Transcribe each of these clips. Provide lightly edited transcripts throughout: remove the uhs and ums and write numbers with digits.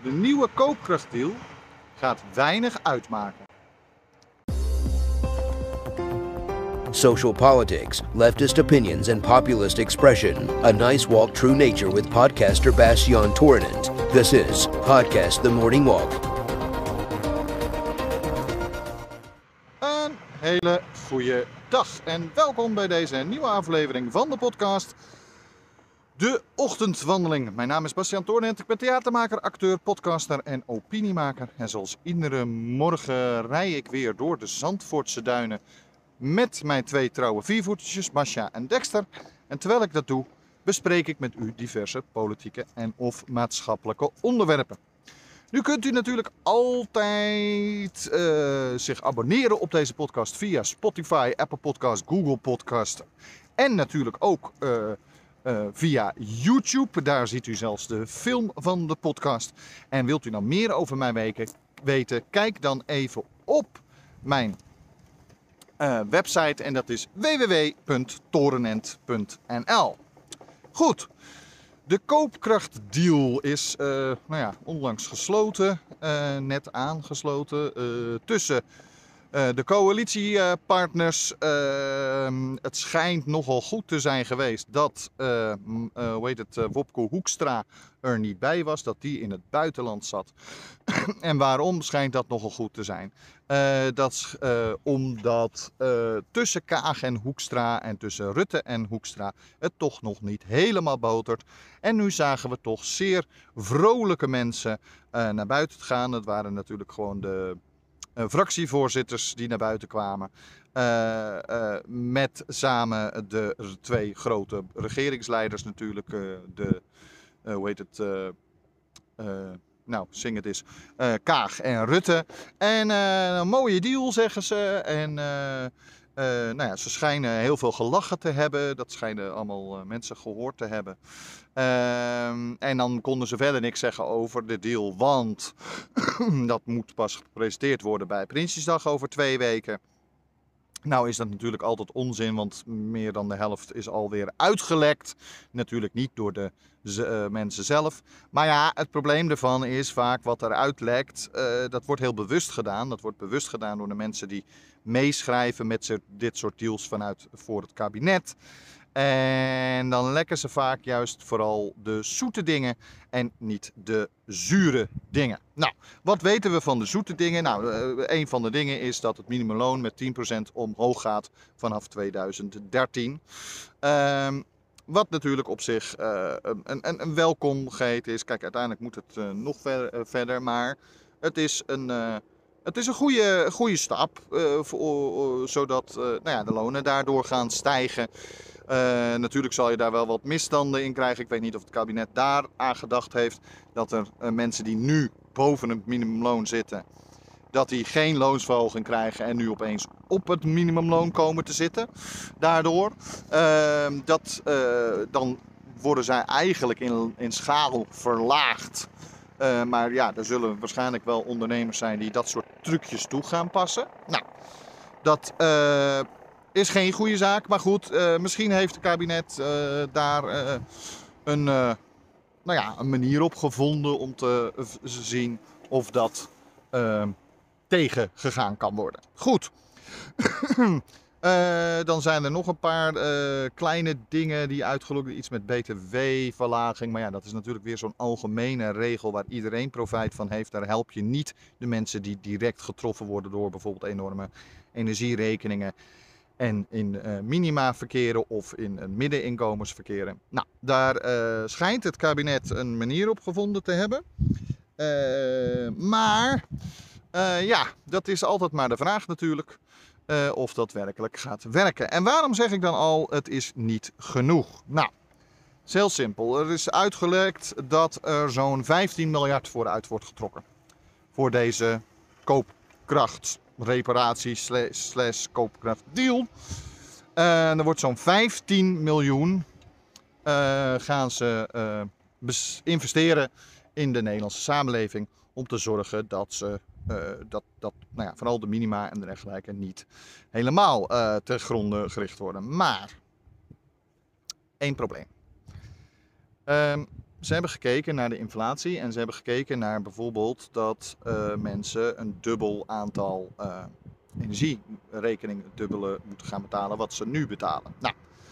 De nieuwe koopkrachtdeal gaat weinig uitmaken. Social politics, leftist opinions, and populist expression. A nice walk through nature with podcaster Bastiaan Torenent. This is Podcast The Morning Walk. Een hele goede dag en welkom bij deze nieuwe aflevering van de podcast De Ochtendwandeling. Mijn naam is Bastiaan Torenent, ik ben theatermaker, acteur, podcaster en opiniemaker. En zoals iedere morgen rij ik weer door de Zandvoortse duinen met mijn twee trouwe viervoetertjes, Masha en Dexter. En terwijl ik dat doe, bespreek ik met u diverse politieke en of maatschappelijke onderwerpen. Nu kunt u natuurlijk altijd zich abonneren op deze podcast via Spotify, Apple Podcast, Google Podcast en natuurlijk ook via YouTube. Daar ziet u zelfs de film van de podcast. En wilt u nou meer over mij weten, kijk dan even op mijn website en dat is www.torenent.nl. Goed, de koopkrachtdeal is onlangs gesloten, net aangesloten tussen de coalitiepartners. Het schijnt nogal goed te zijn geweest dat Wopke Hoekstra er niet bij was, dat die in het buitenland zat. En waarom schijnt dat nogal goed te zijn? Omdat tussen Kaag en Hoekstra en tussen Rutte en Hoekstra het toch nog niet helemaal botert. En nu zagen we toch zeer vrolijke mensen naar buiten gaan. Het waren natuurlijk gewoon de fractievoorzitters die naar buiten kwamen. Met samen de twee grote regeringsleiders natuurlijk. Zing het eens. Kaag en Rutte. En een mooie deal, zeggen ze. En ze schijnen heel veel gelachen te hebben. Dat schijnen allemaal mensen gehoord te hebben. En dan konden ze verder niks zeggen over de deal. Want dat moet pas gepresenteerd worden bij Prinsjesdag over 2 weken. Nou is dat natuurlijk altijd onzin, want meer dan de helft is alweer uitgelekt. Natuurlijk niet door de mensen zelf. Maar ja, het probleem ervan is vaak wat eruit lekt. Dat wordt heel bewust gedaan. Dat wordt bewust gedaan door de mensen die meeschrijven met dit soort deals voor het kabinet. En dan lekken ze vaak juist vooral de zoete dingen en niet de zure dingen. Nou, wat weten we van de zoete dingen? Nou, een van de dingen is dat het minimumloon met 10% omhoog gaat vanaf 2013. Wat natuurlijk op zich een welkom geheten is. Kijk, uiteindelijk moet het nog verder, maar het is een goede stap, zodat de lonen daardoor gaan stijgen. Natuurlijk zal je daar wel wat misstanden in krijgen. Ik weet niet of het kabinet daar aan gedacht heeft dat er mensen die nu boven het minimumloon zitten, dat die geen loonsverhoging krijgen en nu opeens op het minimumloon komen te zitten. Daardoor, dan worden zij eigenlijk in schaal verlaagd. Maar ja, er zullen waarschijnlijk wel ondernemers zijn die dat soort trucjes toe gaan passen. Nou, dat is geen goede zaak. Maar goed, misschien heeft het kabinet daar een manier op gevonden om te zien of dat tegengegaan kan worden. Goed. Dan zijn er nog een paar kleine dingen die uitgelokt. Iets met btw-verlaging. Maar ja, dat is natuurlijk weer zo'n algemene regel waar iedereen profijt van heeft. Daar help je niet de mensen die direct getroffen worden door bijvoorbeeld enorme energierekeningen. En in minima verkeren of in middeninkomens verkeren. Nou, daar schijnt het kabinet een manier op gevonden te hebben. Maar dat is altijd maar de vraag natuurlijk. Of dat werkelijk gaat werken. En waarom zeg ik dan al, het is niet genoeg? Nou, het is heel simpel. Er is uitgelekt dat er zo'n 15 miljard vooruit wordt getrokken. Voor deze koopkrachtreparatie / koopkrachtdeal. Er wordt zo'n 15 miljoen gaan ze investeren in de Nederlandse samenleving. Om te zorgen dat ze vooral de minima en dergelijke niet helemaal ten gronde gericht worden. Maar, één probleem. ze hebben gekeken naar de inflatie en ze hebben gekeken naar bijvoorbeeld dat mensen een dubbel aantal energierekeningen dubbele moeten gaan betalen wat ze nu betalen. Nou,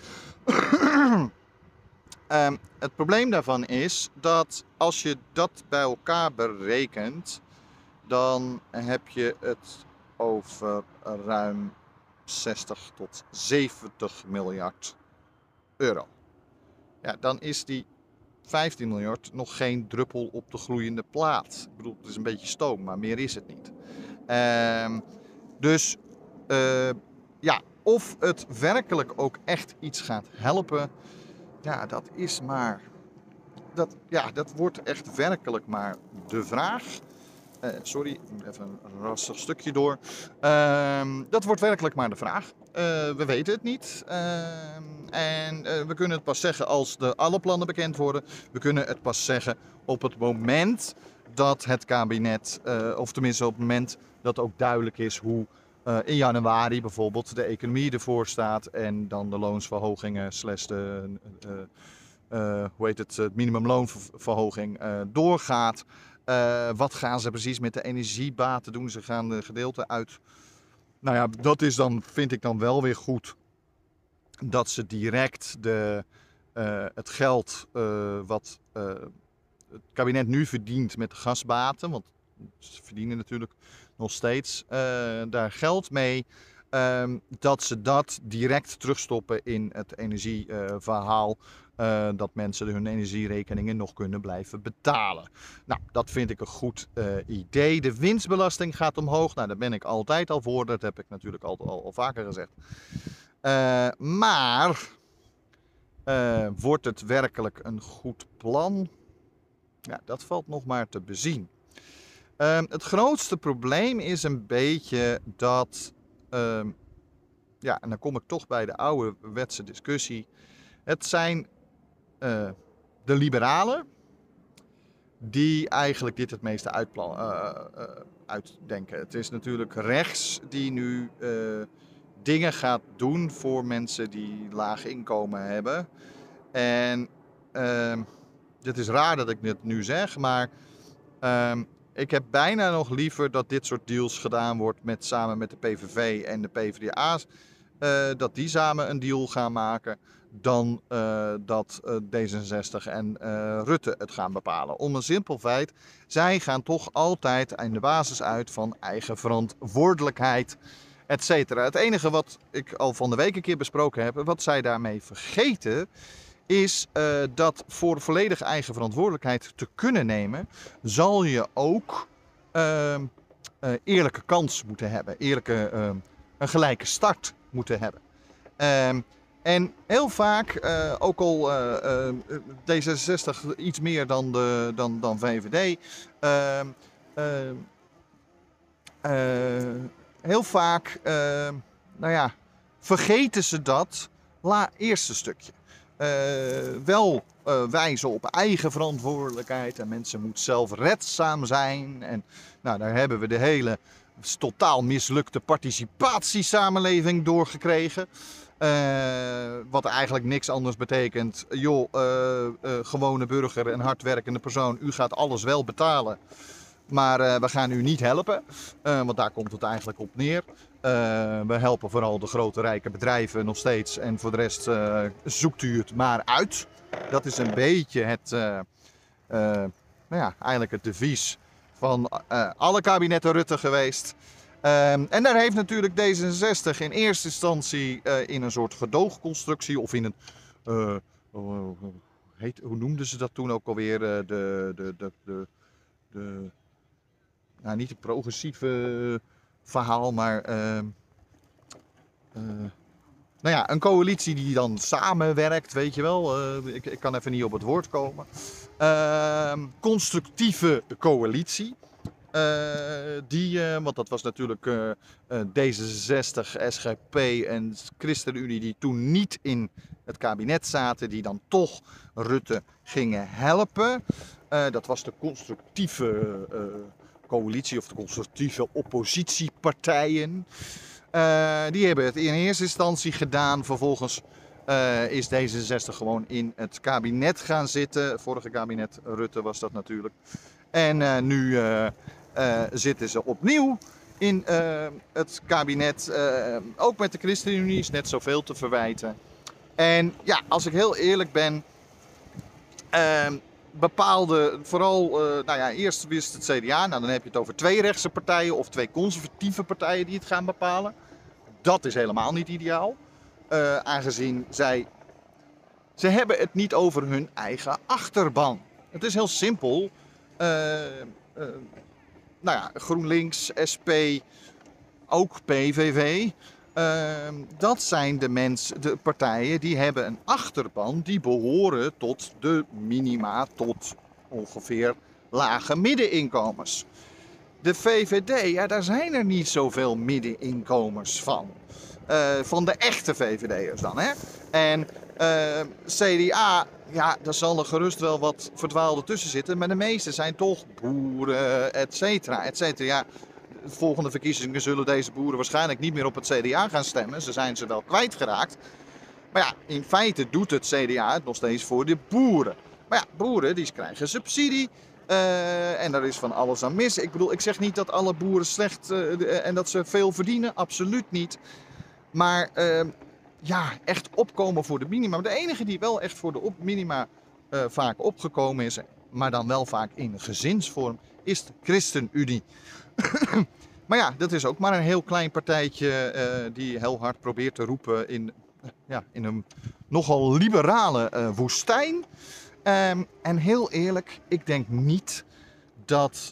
het probleem daarvan is dat als je dat bij elkaar berekent, dan heb je het over ruim 60 tot 70 miljard euro. Ja, dan is die 15 miljard nog geen druppel op de gloeiende plaat. Ik bedoel, het is een beetje stoom, maar meer is het niet. Dus ja, of het werkelijk ook echt iets gaat helpen, ja, dat is maar... Dat wordt echt werkelijk maar de vraag. Sorry, ik moet even een rassig stukje door. Dat wordt werkelijk maar de vraag. We weten het niet. We kunnen het pas zeggen als alle plannen bekend worden. We kunnen het pas zeggen op het moment dat het kabinet, of tenminste op het moment dat ook duidelijk is hoe in januari bijvoorbeeld de economie ervoor staat. En dan de loonsverhogingen slash het minimumloonverhoging doorgaat. Wat gaan ze precies met de energiebaten doen? Ze gaan de gedeelte uit. Nou ja, dat is dan, vind ik dan wel weer goed. Dat ze direct het geld wat het kabinet nu verdient met de gasbaten. Want ze verdienen natuurlijk nog steeds daar geld mee. Dat ze dat direct terugstoppen in het energieverhaal. Dat mensen hun energierekeningen nog kunnen blijven betalen. Nou, dat vind ik een goed idee. De winstbelasting gaat omhoog. Nou, daar ben ik altijd al voor. Dat heb ik natuurlijk al vaker gezegd. Maar wordt het werkelijk een goed plan? Ja, dat valt nog maar te bezien. Het grootste probleem is een beetje dat... ja, en dan kom ik toch bij de ouderwetse discussie. Het zijn de liberalen die eigenlijk dit het meeste uitdenken. Het is natuurlijk rechts die nu dingen gaat doen voor mensen die laag inkomen hebben. En het is raar dat ik dit nu zeg, maar ik heb bijna nog liever dat dit soort deals gedaan wordt samen met de PVV en de PvdA's. Dat die samen een deal gaan maken dan dat D66 en Rutte het gaan bepalen. Om een simpel feit, zij gaan toch altijd in de basis uit van eigen verantwoordelijkheid, etc. Het enige wat ik al van de week een keer besproken heb, wat zij daarmee vergeten, is dat voor volledig eigen verantwoordelijkheid te kunnen nemen, zal je ook eerlijke kans moeten hebben, een gelijke start moeten hebben. En heel vaak, ook al D66 iets meer dan VVD, heel vaak vergeten ze dat eerste stukje. Wel wijzen op eigen verantwoordelijkheid en mensen moeten zelfredzaam zijn. En nou, daar hebben we de hele totaal mislukte participatiesamenleving doorgekregen. Wat eigenlijk niks anders betekent. Joh, gewone burger en hardwerkende persoon, u gaat alles wel betalen. Maar we gaan u niet helpen, want daar komt het eigenlijk op neer. We helpen vooral de grote rijke bedrijven nog steeds en voor de rest zoekt u het maar uit. Dat is een beetje eigenlijk het devies van alle kabinetten Rutte geweest. En daar heeft natuurlijk D66 in eerste instantie in een soort gedoogconstructie of in een... hoe noemden ze dat toen ook alweer? Nou, niet het progressieve verhaal, maar een coalitie die dan samenwerkt, weet je wel. Ik kan even niet op het woord komen. Constructieve coalitie. Want dat was natuurlijk D66, SGP en ChristenUnie die toen niet in het kabinet zaten, die dan toch Rutte gingen helpen. Dat was de constructieve coalitie of de constructieve oppositiepartijen. Die hebben het in eerste instantie gedaan. Vervolgens is D66 gewoon in het kabinet gaan zitten. Vorige kabinet Rutte was dat natuurlijk. En nu zitten ze opnieuw in het kabinet. Ook met de ChristenUnie is net zoveel te verwijten. En ja, als ik heel eerlijk ben, bepaalde, vooral, nou ja, eerst wist het CDA, nou dan heb je het over 2 rechtse partijen of 2 conservatieve partijen die het gaan bepalen. Dat is helemaal niet ideaal, aangezien ze hebben het niet over hun eigen achterban. Het is heel simpel. Nou ja, GroenLinks, SP, ook PVV. Dat zijn de partijen die hebben een achterban die behoren tot de minima, tot ongeveer lage middeninkomens. De VVD, ja, daar zijn er niet zoveel middeninkomens van. Van de echte VVD'ers dan, hè. En CDA, ja, daar zal er gerust wel wat verdwaalde tussen zitten. Maar de meeste zijn toch boeren, et cetera, et cetera. Ja, de volgende verkiezingen zullen deze boeren waarschijnlijk niet meer op het CDA gaan stemmen. Ze zijn ze wel kwijtgeraakt. Maar ja, in feite doet het CDA het nog steeds voor de boeren. Maar ja, boeren die krijgen subsidie. En daar is van alles aan mis. Ik bedoel, ik zeg niet dat alle boeren slecht en dat ze veel verdienen. Absoluut niet. Maar ja, echt opkomen voor de minima. De enige die wel echt voor de minima vaak opgekomen is, maar dan wel vaak in gezinsvorm, is de ChristenUnie. Maar ja, dat is ook maar een heel klein partijtje die heel hard probeert te roepen in een nogal liberale woestijn. En heel eerlijk, ik denk niet dat,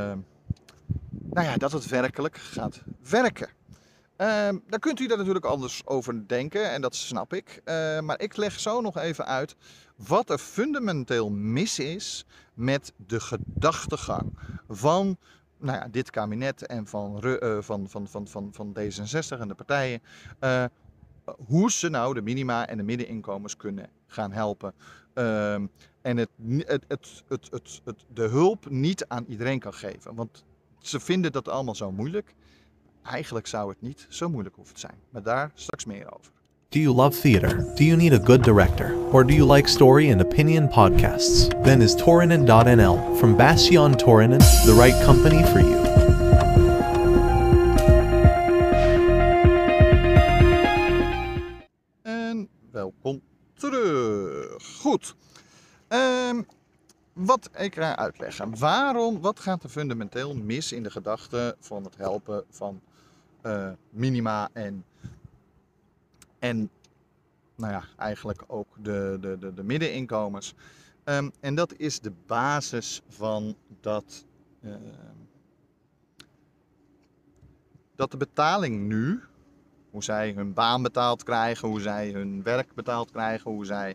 dat het werkelijk gaat werken. Daar kunt u daar natuurlijk anders over denken en dat snap ik. Maar ik leg zo nog even uit wat er fundamenteel mis is met de gedachtegang van dit kabinet en van D66 en de partijen. Hoe ze nou de minima en de middeninkomens kunnen gaan helpen. En de hulp niet aan iedereen kan geven. Want ze vinden dat allemaal zo moeilijk. Eigenlijk zou het niet zo moeilijk hoeven te zijn. Maar daar straks meer over. Do you love theater? Do you need a good director? Or do you like story and opinion podcasts? Then is Torinen.nl from Bastion Torinen the right company for you? En welkom terug. Goed. Wat ik ga uitleggen. Wat gaat er fundamenteel mis in de gedachte van het helpen van minima en eigenlijk ook de middeninkomens. En dat is de basis van dat de betaling nu, hoe zij hun baan betaald krijgen, hoe zij hun werk betaald krijgen, hoe zij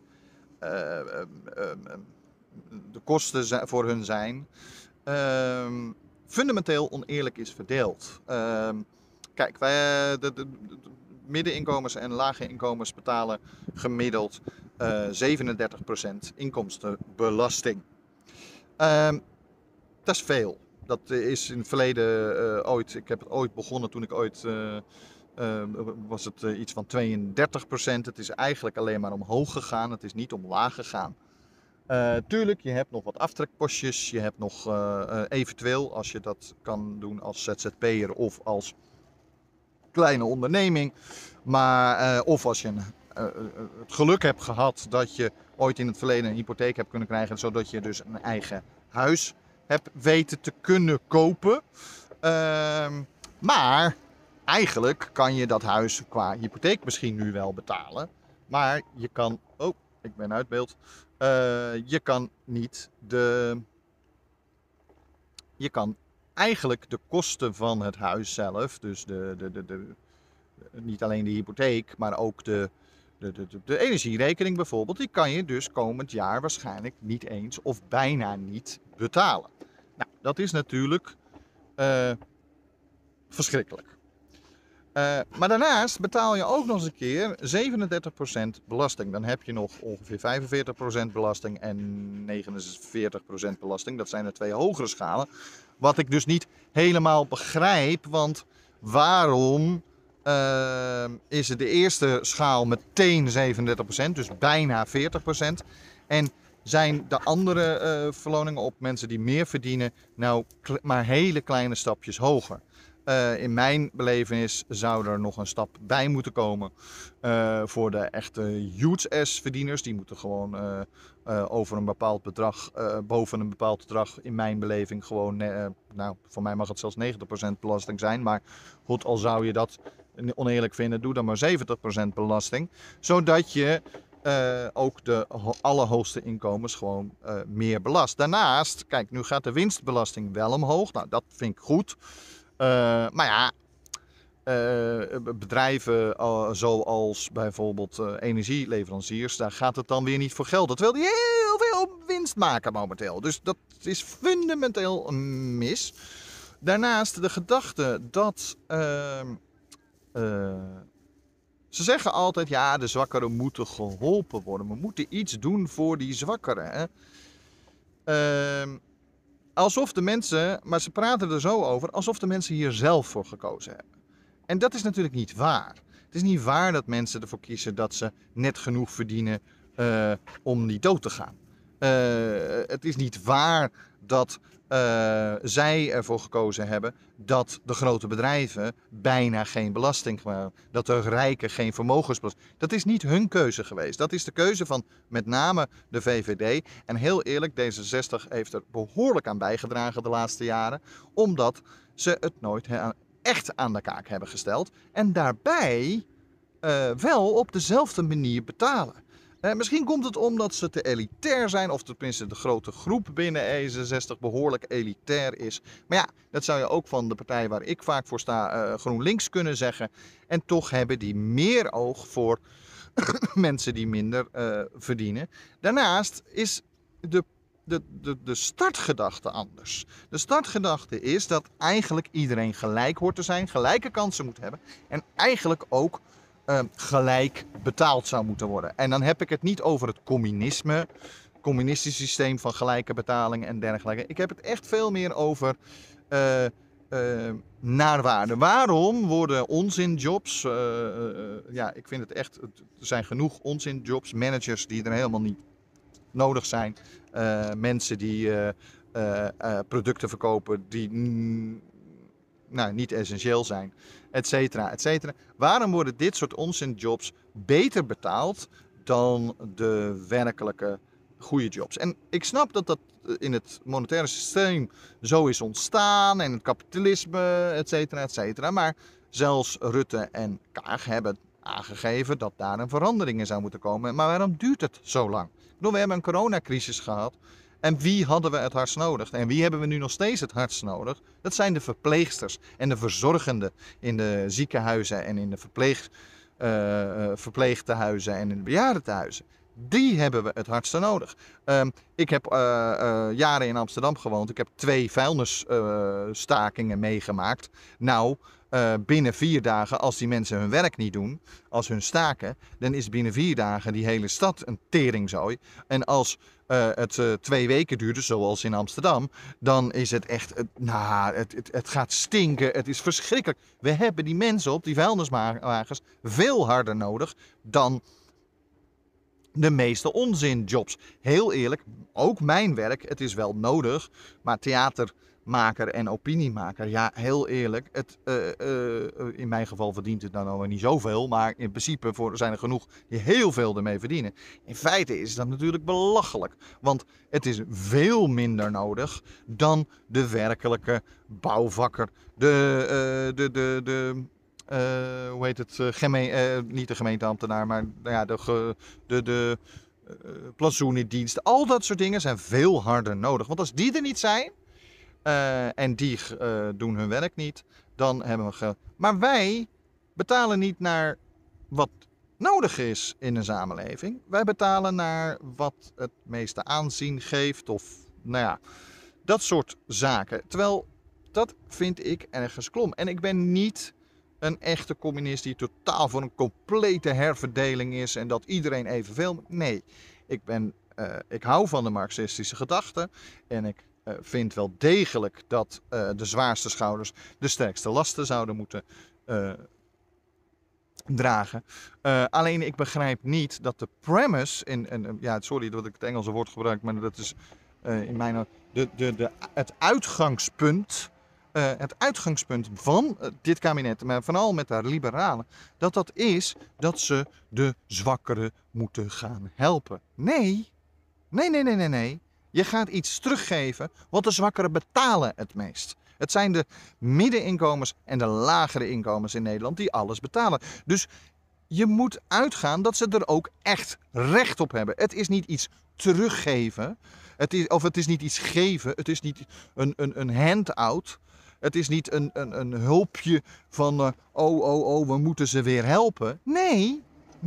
de kosten voor hun zijn, fundamenteel oneerlijk is verdeeld. Kijk, de middeninkomens en lage inkomens betalen gemiddeld 37% inkomstenbelasting. Dat is veel. Dat is in het verleden ooit, ik heb het ooit begonnen toen ik was het iets van 32%. Het is eigenlijk alleen maar omhoog gegaan, het is niet omlaag gegaan. Tuurlijk, je hebt nog wat aftrekpostjes, je hebt nog eventueel, als je dat kan doen als ZZP'er of als kleine onderneming, maar of als je het geluk hebt gehad dat je ooit in het verleden een hypotheek hebt kunnen krijgen, zodat je dus een eigen huis hebt weten te kunnen kopen. Maar eigenlijk kan je dat huis qua hypotheek misschien nu wel betalen, maar je kan, ik ben uit beeld, je kan niet je kan eigenlijk de kosten van het huis zelf, dus niet alleen de hypotheek, maar ook de energierekening bijvoorbeeld, die kan je dus komend jaar waarschijnlijk niet eens of bijna niet betalen. Nou, dat is natuurlijk verschrikkelijk. Maar daarnaast betaal je ook nog eens een keer 37% belasting. Dan heb je nog ongeveer 45% belasting en 49% belasting. Dat zijn de 2 hogere schalen. Wat ik dus niet helemaal begrijp, want waarom is het de eerste schaal meteen 37%, dus bijna 40%. En zijn de andere verloningen op mensen die meer verdienen nou maar hele kleine stapjes hoger. In mijn belevenis zou er nog een stap bij moeten komen voor de echte huge S-verdieners. Die moeten gewoon over een bepaald bedrag, boven een bepaald bedrag, in mijn beleving gewoon, nou voor mij mag het zelfs 90% belasting zijn. Maar goed, al zou je dat oneerlijk vinden, doe dan maar 70% belasting. Zodat je ook de allerhoogste inkomens gewoon meer belast. Daarnaast, kijk, nu gaat de winstbelasting wel omhoog. Nou, dat vind ik goed. Maar ja, bedrijven zoals bijvoorbeeld energieleveranciers, daar gaat het dan weer niet voor geld. Terwijl die heel veel winst maken momenteel. Dus dat is fundamenteel mis. Daarnaast de gedachte dat ze zeggen altijd, ja, de zwakkeren moeten geholpen worden. We moeten iets doen voor die zwakkeren. Alsof de mensen, maar ze praten er zo over, alsof de mensen hier zelf voor gekozen hebben. En dat is natuurlijk niet waar. Het is niet waar dat mensen ervoor kiezen dat ze net genoeg verdienen om niet dood te gaan. Het is niet waar dat zij ervoor gekozen hebben dat de grote bedrijven bijna geen belasting maken. Dat de rijken geen vermogensbelasting. Dat is niet hun keuze geweest. Dat is de keuze van met name de VVD. En heel eerlijk, D66 heeft er behoorlijk aan bijgedragen de laatste jaren. Omdat ze het nooit echt aan de kaak hebben gesteld. En daarbij wel op dezelfde manier betalen. Misschien komt het omdat ze te elitair zijn, of tenminste de grote groep binnen E66 behoorlijk elitair is. Maar ja, dat zou je ook van de partij waar ik vaak voor sta, GroenLinks, kunnen zeggen. En toch hebben die meer oog voor mensen die minder verdienen. Daarnaast is de startgedachte anders. De startgedachte is dat eigenlijk iedereen gelijk hoort te zijn, gelijke kansen moet hebben en eigenlijk ook gelijk betaald zou moeten worden. En dan heb ik het niet over het communistisch systeem van gelijke betaling en dergelijke. Ik heb het echt veel meer over naar waarde. Waarom worden onzinjobs, ja, ik vind het echt, er zijn genoeg onzinjobs, managers die er helemaal niet nodig zijn, mensen die producten verkopen die niet essentieel zijn, et cetera, et cetera. Waarom worden dit soort onzinjobs beter betaald dan de werkelijke goede jobs? En ik snap dat dat in het monetaire systeem zo is ontstaan en het kapitalisme, et cetera, et cetera. Maar zelfs Rutte en Kaag hebben aangegeven dat daar een verandering in zou moeten komen. Maar waarom duurt het zo lang? Ik bedoel, we hebben een coronacrisis gehad. En wie hadden we het hardst nodig? En wie hebben we nu nog steeds het hardst nodig? Dat zijn de verpleegsters en de verzorgenden in de ziekenhuizen en in de verpleegtehuizen en in de bejaardentehuizen. Die hebben we het hardste nodig. Ik heb jaren in Amsterdam gewoond. Ik heb 2 vuilnisstakingen meegemaakt. Nou, binnen 4 dagen, als die mensen hun werk niet doen, als hun staken, dan is binnen 4 dagen die hele stad een teringzooi. En als het 2 weken duurt, zoals in Amsterdam, dan is het echt, het gaat stinken, het is verschrikkelijk. We hebben die mensen op die vuilniswagens veel harder nodig dan de meeste onzinjobs. Heel eerlijk, ook mijn werk, het is wel nodig, maar theatermaker en opiniemaker, ja, heel eerlijk, in mijn geval verdient het dan nog niet zoveel, maar in principe zijn er genoeg die heel veel ermee verdienen. In feite is dat natuurlijk belachelijk, want het is veel minder nodig dan de werkelijke bouwvakker, hoe heet het? Niet de gemeenteambtenaar, maar ja, de plantsoenendienst. Al dat soort dingen zijn veel harder nodig. Want als die er niet zijn en die doen hun werk niet, dan hebben we geld. Maar wij betalen niet naar wat nodig is in een samenleving. Wij betalen naar wat het meeste aanzien geeft of nou ja, dat soort zaken. Terwijl dat vind ik ergens klom. En ik ben niet een echte communist die totaal voor een complete herverdeling is en dat iedereen evenveel. Nee, ik hou van de marxistische gedachte en ik vind wel degelijk dat de zwaarste schouders de sterkste lasten zouden moeten dragen. Alleen ik begrijp niet dat de premise, ja, sorry dat ik het Engelse woord gebruik, maar dat is in mijn het uitgangspunt. Het uitgangspunt van dit kabinet, maar vooral met de liberalen, dat is dat ze de zwakkeren moeten gaan helpen. Nee. Je gaat iets teruggeven, want de zwakkeren betalen het meest. Het zijn de middeninkomens en de lagere inkomens in Nederland die alles betalen. Dus je moet uitgaan dat ze er ook echt recht op hebben. Het is niet iets teruggeven, het is niet iets geven, het is niet een handout. Het is niet een hulpje van, we moeten ze weer helpen. Nee,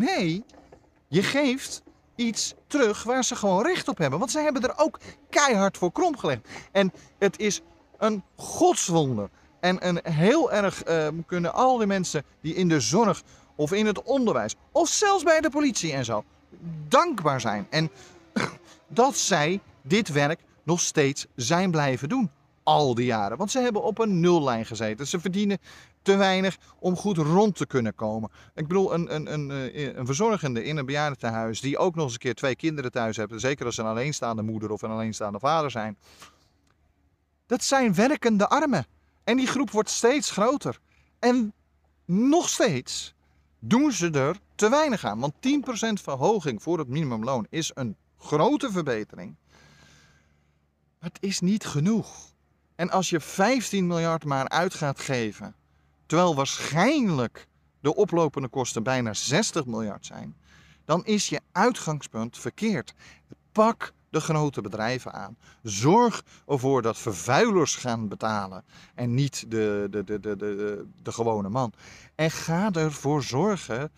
je geeft iets terug waar ze gewoon recht op hebben. Want ze hebben er ook keihard voor krom gelegd. En het is een godswonder. En een heel erg kunnen al die mensen die in de zorg of in het onderwijs of zelfs bij de politie en zo dankbaar zijn. En dat zij dit werk nog steeds zijn blijven doen. Al die jaren. Want ze hebben op een nullijn gezeten. Ze verdienen te weinig om goed rond te kunnen komen. Ik bedoel, een verzorgende in een bejaardentehuis die ook nog eens een keer 2 kinderen thuis hebben, zeker als ze een alleenstaande moeder of een alleenstaande vader zijn. Dat zijn werkende armen. En die groep wordt steeds groter. En nog steeds doen ze er te weinig aan. Want 10% verhoging voor het minimumloon is een grote verbetering. Maar het is niet genoeg. En als je 15 miljard maar uit gaat geven, terwijl waarschijnlijk de oplopende kosten bijna 60 miljard zijn, dan is je uitgangspunt verkeerd. Pak de grote bedrijven aan. Zorg ervoor dat vervuilers gaan betalen en niet de gewone man. En ga ervoor zorgen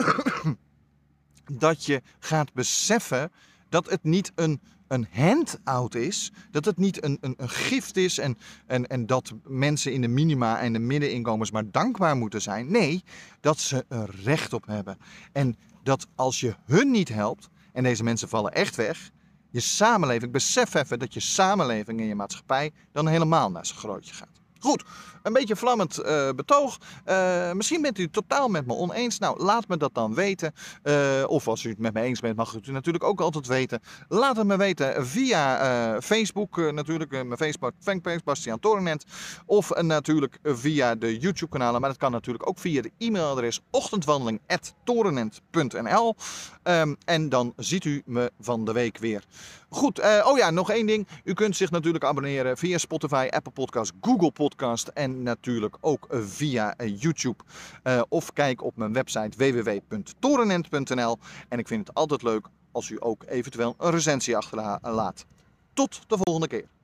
dat je gaat beseffen dat het niet een handout is, dat het niet een gift is en dat mensen in de minima en de middeninkomens maar dankbaar moeten zijn. Nee, dat ze er recht op hebben. En dat als je hun niet helpt, en deze mensen vallen echt weg, je samenleving, besef even dat je samenleving en je maatschappij dan helemaal naar zijn grootje gaat. Goed, een beetje vlammend betoog. Misschien bent u het totaal met me oneens. Nou, laat me dat dan weten. Of als u het met me eens bent, mag u het natuurlijk ook altijd weten. Laat het me weten via Facebook. Natuurlijk, mijn Facebook fanpage, Bastiaan Torenent. Of natuurlijk via de YouTube kanalen. Maar dat kan natuurlijk ook via de e-mailadres ochtendwandeling@torenent.nl. En dan ziet u me van de week weer. Goed, nog één ding. U kunt zich natuurlijk abonneren via Spotify, Apple Podcast, Google Podcast en natuurlijk ook via YouTube. Of kijk op mijn website www.torenent.nl. En ik vind het altijd leuk als u ook eventueel een recensie achterlaat. Tot de volgende keer.